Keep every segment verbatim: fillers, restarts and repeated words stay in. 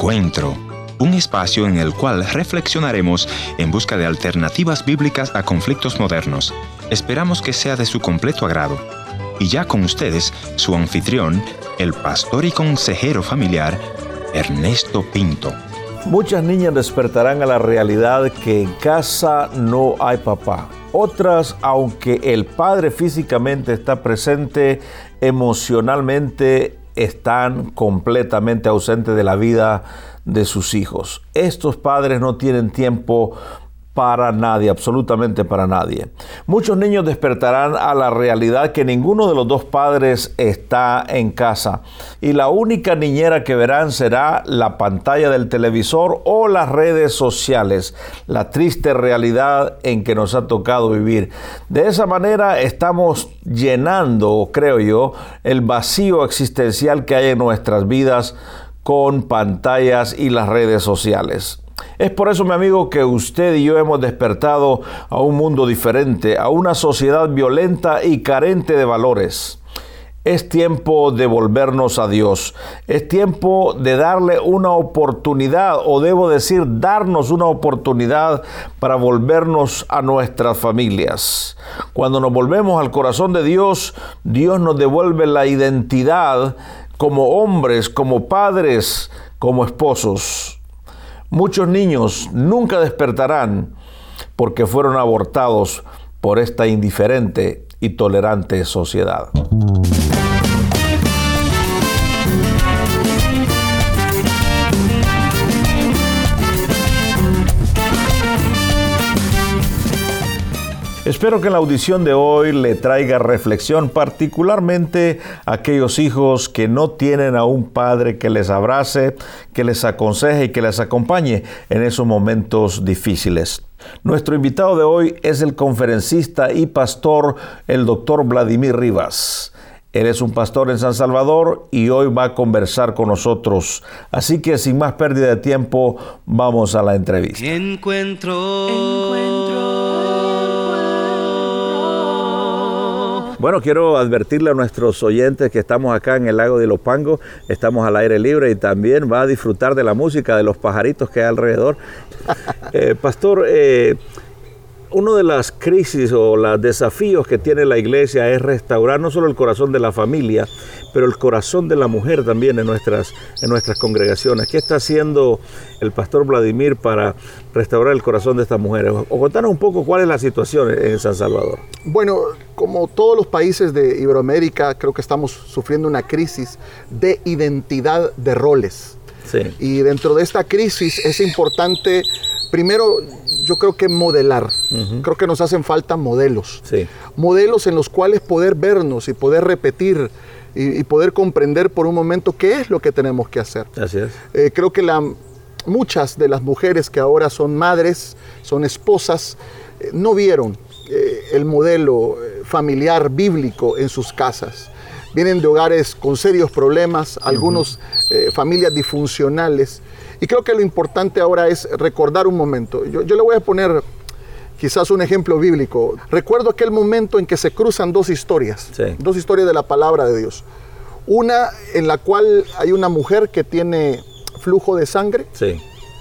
Encuentro, un espacio en el cual reflexionaremos en busca de alternativas bíblicas a conflictos modernos. Esperamos que sea de su completo agrado. Y ya con ustedes, su anfitrión, el pastor y consejero familiar, Ernesto Pinto. Muchas niñas despertarán a la realidad que en casa no hay papá. Otras, aunque el padre físicamente está presente, emocionalmente están completamente ausentes de la vida de sus hijos. Estos padres no tienen tiempo para nadie, absolutamente para nadie. Muchos niños despertarán a la realidad que ninguno de los dos padres está en casa y la única niñera que verán será la pantalla del televisor o las redes sociales, la triste realidad en que nos ha tocado vivir. De esa manera estamos llenando, creo yo, el vacío existencial que hay en nuestras vidas con pantallas y las redes sociales. Es por eso, mi amigo, que usted y yo hemos despertado a un mundo diferente, a una sociedad violenta y carente de valores. Es tiempo de volvernos a Dios. Es tiempo de darle una oportunidad, o debo decir, darnos una oportunidad para volvernos a nuestras familias. Cuando nos volvemos al corazón de Dios, Dios nos devuelve la identidad como hombres, como padres, como esposos. Muchos niños nunca despertarán porque fueron abortados por esta indiferente y tolerante sociedad. Espero que la audición de hoy le traiga reflexión, particularmente a aquellos hijos que no tienen a un padre que les abrace, que les aconseje y que les acompañe en esos momentos difíciles. Nuestro invitado de hoy es el conferencista y pastor, el doctor Vladimir Rivas. Él es un pastor en San Salvador y hoy va a conversar con nosotros. Así que sin más pérdida de tiempo, vamos a la entrevista. Encuentro. Encuentro. Bueno, quiero advertirle a nuestros oyentes que estamos acá en el lago de Ilopango, estamos al aire libre y también va a disfrutar de la música, de los pajaritos que hay alrededor. Eh, pastor, eh, una de las crisis o los desafíos que tiene la iglesia es restaurar no solo el corazón de la familia, pero el corazón de la mujer también en nuestras, en nuestras congregaciones. ¿Qué está haciendo el pastor Vladimir para restaurar el corazón de estas mujeres? O contanos un poco cuál es la situación en San Salvador. Bueno, como todos los países de Iberoamérica, creo que estamos sufriendo una crisis de identidad de roles. Sí. Y dentro de esta crisis es importante, primero, yo creo que modelar. Uh-huh. Creo que nos hacen falta modelos. Sí. Modelos en los cuales poder vernos y poder repetir y, y poder comprender por un momento qué es lo que tenemos que hacer. Así es. Eh, creo que la, muchas de las mujeres que ahora son madres, son esposas, eh, no vieron eh, el modelo familiar bíblico en sus casas. Vienen de hogares con serios problemas, algunos uh-huh. eh, familias disfuncionales. Y creo que lo importante ahora es recordar un momento. Yo, yo le voy a poner quizás un ejemplo bíblico. Recuerdo aquel momento en que se cruzan dos historias, sí. dos historias de la palabra de Dios. Una en la cual hay una mujer que tiene flujo de sangre, sí.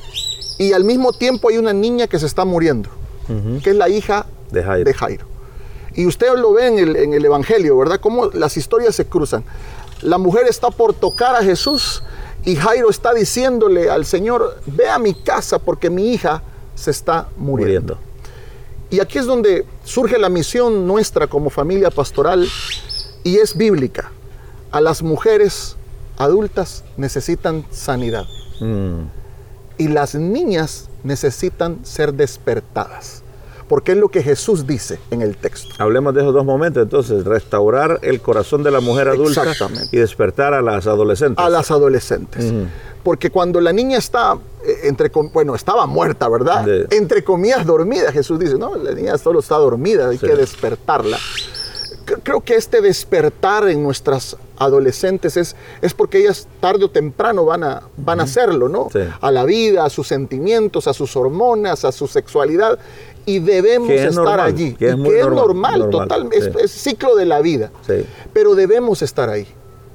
y al mismo tiempo hay una niña que se está muriendo, uh-huh. que es la hija de Jairo. de Jairo. Y usted lo ve en el, en el Evangelio, ¿verdad? Cómo las historias se cruzan. La mujer está por tocar a Jesús y Jairo está diciéndole al Señor, ve a mi casa porque mi hija se está muriendo. muriendo. Y aquí es donde surge la misión nuestra como familia pastoral y es bíblica. A las mujeres adultas necesitan sanidad. Mm. Y las niñas necesitan ser despertadas. Porque es lo que Jesús dice en el texto. Hablemos de esos dos momentos, entonces, restaurar el corazón de la mujer adulta y despertar a las adolescentes. A las adolescentes. Uh-huh. Porque cuando la niña está, entre, bueno, estaba muerta, ¿verdad? De... Entre comillas, dormida. Jesús dice, no, la niña solo está dormida, hay sí. que despertarla. Creo que este despertar en nuestras adolescentes es, es porque ellas tarde o temprano van a, van uh-huh. a hacerlo, ¿no? Sí. A la vida, a sus sentimientos, a sus hormonas, a su sexualidad. Y debemos estar normal, allí. Que es, y que es normal, normal total, sí. es, es ciclo de la vida. Sí. Pero debemos estar ahí.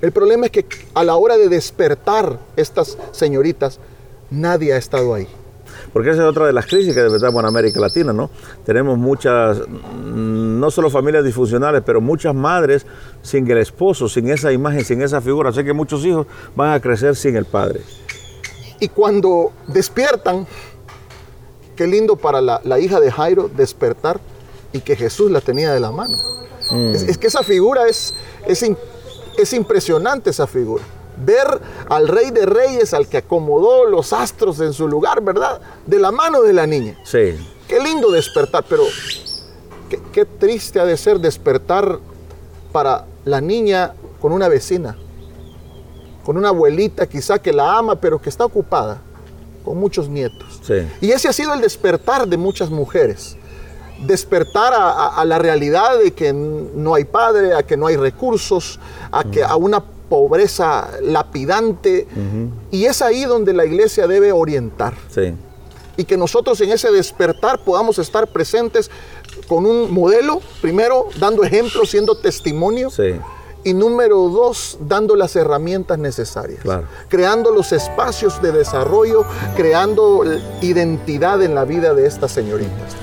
El problema es que a la hora de despertar estas señoritas, nadie ha estado ahí. Porque esa es otra de las crisis que enfrentamos en América Latina, ¿no? Tenemos muchas, no solo familias disfuncionales, pero muchas madres sin el esposo, sin esa imagen, sin esa figura. Así que muchos hijos van a crecer sin el padre. Y cuando despiertan, qué lindo para la, la hija de Jairo despertar y que Jesús la tenía de la mano. Mm. Es, es que esa figura es, es, es impresionante, esa figura. Ver al Rey de Reyes, al que acomodó los astros en su lugar, ¿verdad? De la mano de la niña. Sí. Qué lindo despertar, pero qué, qué triste ha de ser despertar para la niña con una vecina, con una abuelita quizá que la ama, pero que está ocupada, con muchos nietos. Sí. Y ese ha sido el despertar de muchas mujeres. Despertar a, a, a la realidad de que no hay padre, a que no hay recursos, a, que, a una pobreza lapidante. Uh-huh. Y es ahí donde la iglesia debe orientar. Sí. Y que nosotros en ese despertar podamos estar presentes con un modelo, primero dando ejemplo, siendo testimonio. Sí. Y número dos, dando las herramientas necesarias. Claro. Creando los espacios de desarrollo, creando identidad en la vida de estas señoritas.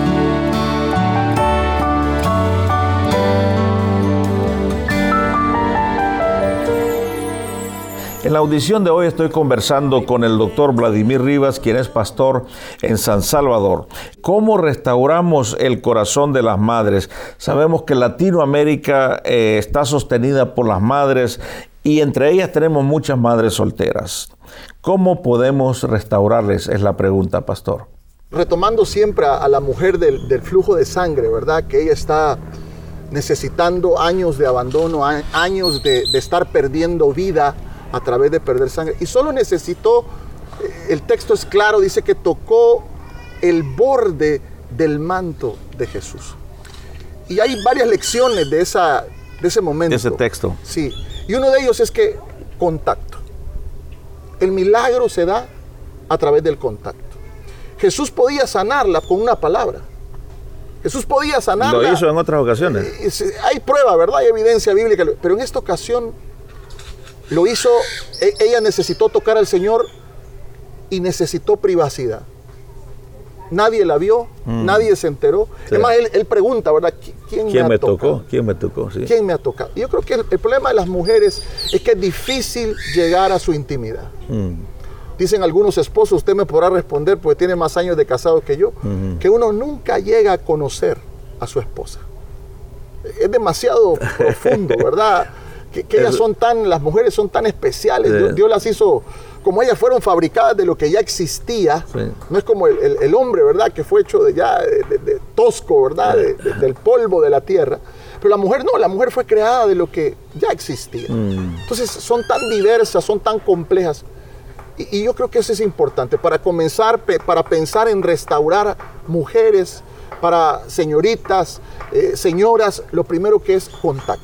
En la audición de hoy estoy conversando con el doctor Vladimir Rivas, quien es pastor en San Salvador. ¿Cómo restauramos el corazón de las madres? Sabemos que Latinoamérica eh, está sostenida por las madres y entre ellas tenemos muchas madres solteras. ¿Cómo podemos restaurarles? Es la pregunta, pastor. Retomando siempre a, a la mujer del, del flujo de sangre, ¿verdad? Que ella está necesitando años de abandono, a, años de, de estar perdiendo vida a través de perder sangre. Y solo necesitó, el texto es claro, dice que tocó el borde del manto de Jesús. Y hay varias lecciones de, esa, de ese momento. De ese texto. Sí. Y uno de ellos es que contacto. El milagro se da a través del contacto. Jesús podía sanarla con una palabra. Jesús podía sanarla. Lo hizo en otras ocasiones. Hay prueba, ¿verdad? Hay evidencia bíblica. Pero en esta ocasión lo hizo, ella necesitó tocar al Señor y necesitó privacidad. Nadie la vio, mm. nadie se enteró. Sí. Además, él, él pregunta, ¿verdad? ¿Quién, ¿Quién me, me ha tocado? tocó? ¿Quién me tocó? Sí. ¿Quién me ha tocado? Yo creo que el, el problema de las mujeres es que es difícil llegar a su intimidad. Mm. Dicen algunos esposos, usted me podrá responder porque tiene más años de casado que yo, mm. que uno nunca llega a conocer a su esposa. Es demasiado profundo, ¿verdad? Que, que ellas son tan, las mujeres son tan especiales. Sí. Dios, Dios las hizo, como ellas fueron fabricadas de lo que ya existía. Sí. No es como el, el, el hombre, ¿verdad? Que fue hecho de ya, de, de, de tosco, ¿verdad? De, de, del polvo de la tierra. Pero la mujer no, la mujer fue creada de lo que ya existía. Mm. Entonces son tan diversas, son tan complejas. Y, y yo creo que eso es importante. Para comenzar, pe, para pensar en restaurar mujeres, para señoritas, eh, señoras, lo primero que es contacto.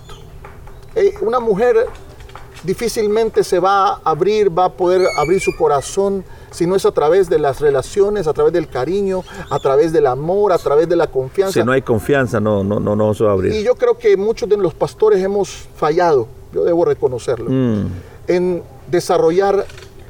Eh, una mujer difícilmente se va a abrir, va a poder abrir su corazón si no es a través de las relaciones, a través del cariño, a través del amor, a través de la confianza. Si no hay confianza, no, no, no, no se va a abrir. Y yo creo que muchos de los pastores hemos fallado, yo debo reconocerlo, mm. en desarrollar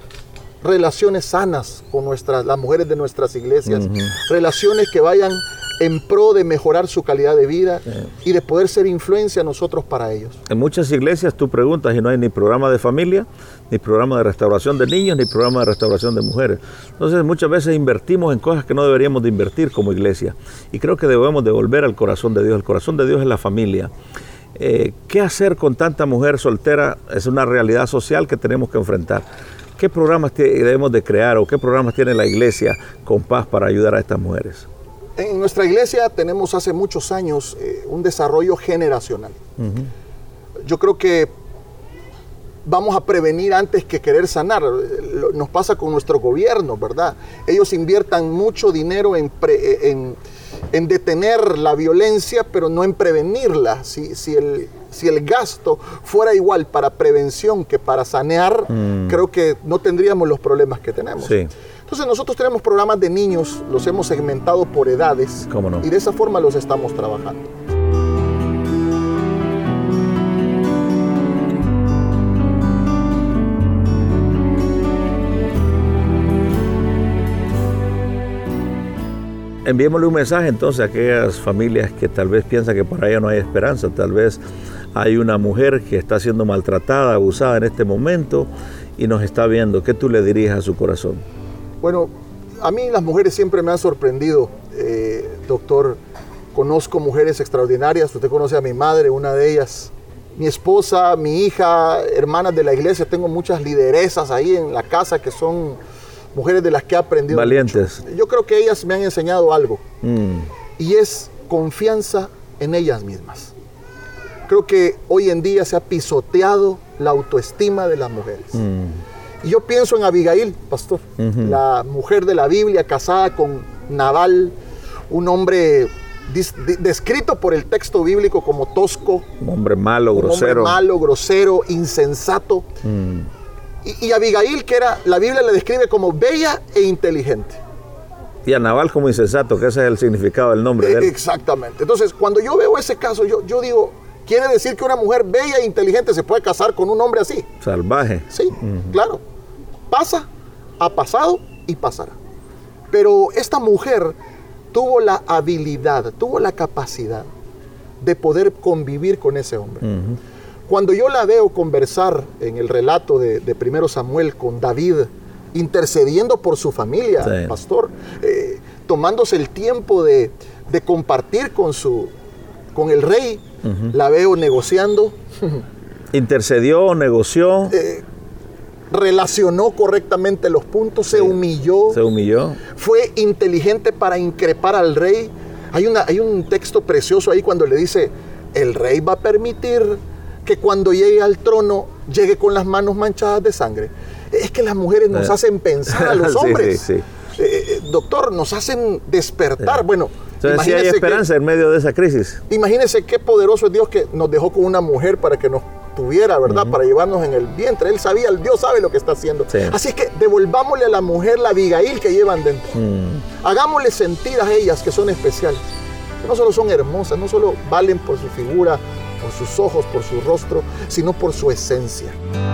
relaciones sanas con nuestras, las mujeres de nuestras iglesias, uh-huh. relaciones que vayan en pro de mejorar su calidad de vida sí. y de poder ser influencia a nosotros para ellos. En muchas iglesias tú preguntas y no hay ni programa de familia, ni programa de restauración de niños, ni programa de restauración de mujeres. Entonces muchas veces invertimos en cosas que no deberíamos de invertir como iglesia. Y creo que debemos de volver al corazón de Dios. El corazón de Dios es la familia. Eh, ¿Qué hacer con tanta mujer soltera? Es una realidad social que tenemos que enfrentar. ¿Qué programas debemos de crear o qué programas tiene la iglesia con paz para ayudar a estas mujeres? En nuestra iglesia tenemos hace muchos años eh, un desarrollo generacional. Uh-huh. Yo creo que vamos a prevenir antes que querer sanar. Nos pasa con nuestro gobierno, ¿verdad? Ellos inviertan mucho dinero en, pre, en, en detener la violencia, pero no en prevenirla. Si, si, el, si el gasto fuera igual para prevención que para sanear, mm. creo que no tendríamos los problemas que tenemos. Sí. Entonces nosotros tenemos programas de niños, los hemos segmentado por edades. ¿Cómo no? Y de esa forma los estamos trabajando. Enviémosle un mensaje entonces a aquellas familias que tal vez piensan que para ella no hay esperanza. Tal vez hay una mujer que está siendo maltratada, abusada en este momento y nos está viendo. ¿Qué tú le dirías a su corazón? Bueno, a mí las mujeres siempre me han sorprendido, eh, doctor. Conozco mujeres extraordinarias. Usted conoce a mi madre, una de ellas. Mi esposa, mi hija, hermanas de la iglesia. Tengo muchas lideresas ahí en la casa que son mujeres de las que he aprendido. Valientes. Mucho. Yo creo que ellas me han enseñado algo. Mm. Y es confianza en ellas mismas. Creo que hoy en día se ha pisoteado la autoestima de las mujeres. Mm. Y yo pienso en Abigail, pastor, uh-huh. la mujer de la Biblia, casada con Nabal, un hombre descrito por el texto bíblico como tosco. Un hombre malo, un grosero. Un hombre malo, grosero, insensato. Mm. Y, y Abigail, que era, la Biblia le describe como bella e inteligente. Y a Nabal como insensato, que ese es el significado del nombre de él. Exactamente. Entonces, cuando yo veo ese caso, yo, yo digo, ¿quiere decir que una mujer bella e inteligente se puede casar con un hombre así? Salvaje. Sí, uh-huh. Claro. Pasa, ha pasado y pasará. Pero esta mujer tuvo la habilidad, tuvo la capacidad de poder convivir con ese hombre. Uh-huh. Cuando yo la veo conversar en el relato de, de Primero Samuel con David, intercediendo por su familia, sí. pastor, eh, tomándose el tiempo de, de compartir con, su, con el rey, uh-huh. la veo negociando. Intercedió, negoció. Eh, relacionó correctamente los puntos, sí. se humilló. Se humilló. Fue inteligente para increpar al rey. Hay, una, hay un texto precioso ahí cuando le dice, el rey va a permitir que cuando llegue al trono, llegue con las manos manchadas de sangre. Es que las mujeres nos hacen pensar a los hombres. Sí, sí, sí. Eh, doctor, nos hacen despertar. Sí. Bueno, entonces sí hay esperanza que, en medio de esa crisis. Imagínense qué poderoso es Dios que nos dejó con una mujer para que nos tuviera, ¿verdad? Uh-huh. Para llevarnos en el vientre. Él sabía, Dios sabe lo que está haciendo. Sí. Así es que devolvámosle a la mujer la Abigail que llevan dentro. Uh-huh. Hagámosle sentir a ellas que son especiales. Que no solo son hermosas, no solo valen por su figura, por sus ojos, por su rostro, sino por su esencia.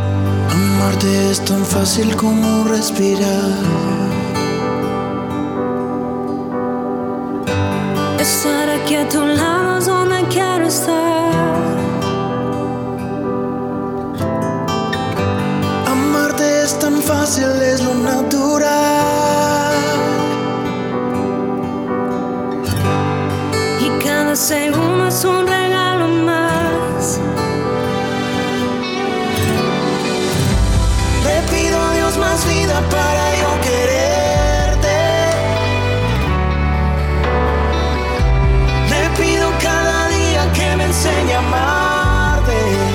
Amarte es tan fácil como respirar. Estar aquí a tu lado es donde quiero estar. Amarte es tan fácil, es lo natural. Y cada segundo es un regalo más. Le pido a Dios más vida para yo quererte. Le pido cada día que me enseñe a amarte.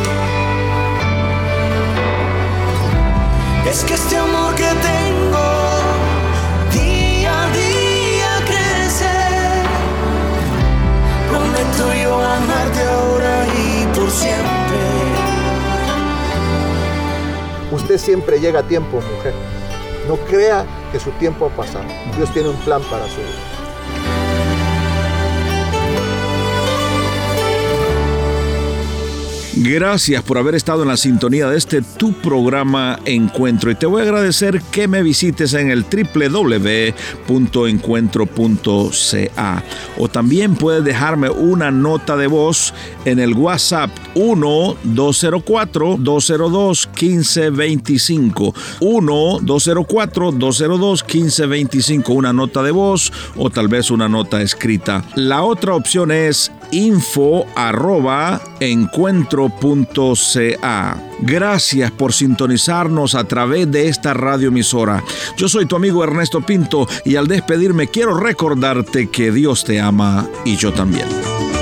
Es que este amor que tengo día a día crece. Prometo yo amarte ahora y por siempre. Usted siempre llega a tiempo, mujer. No crea que su tiempo ha pasado. Dios tiene un plan para su vida. Gracias por haber estado en la sintonía de este tu programa Encuentro. Y te voy a agradecer que me visites en el doble u doble u doble u punto encuentro punto c a. O también puedes dejarme una nota de voz en el WhatsApp uno dos cero cuatro dos cero dos uno cinco dos cinco. uno dos cero cuatro dos cero dos uno cinco dos cinco. Una nota de voz o tal vez una nota escrita. La otra opción es info arroba encuentro punto c a. Gracias por sintonizarnos a través de esta radioemisora. Yo soy tu amigo Ernesto Pinto y al despedirme quiero recordarte que Dios te ama y yo también.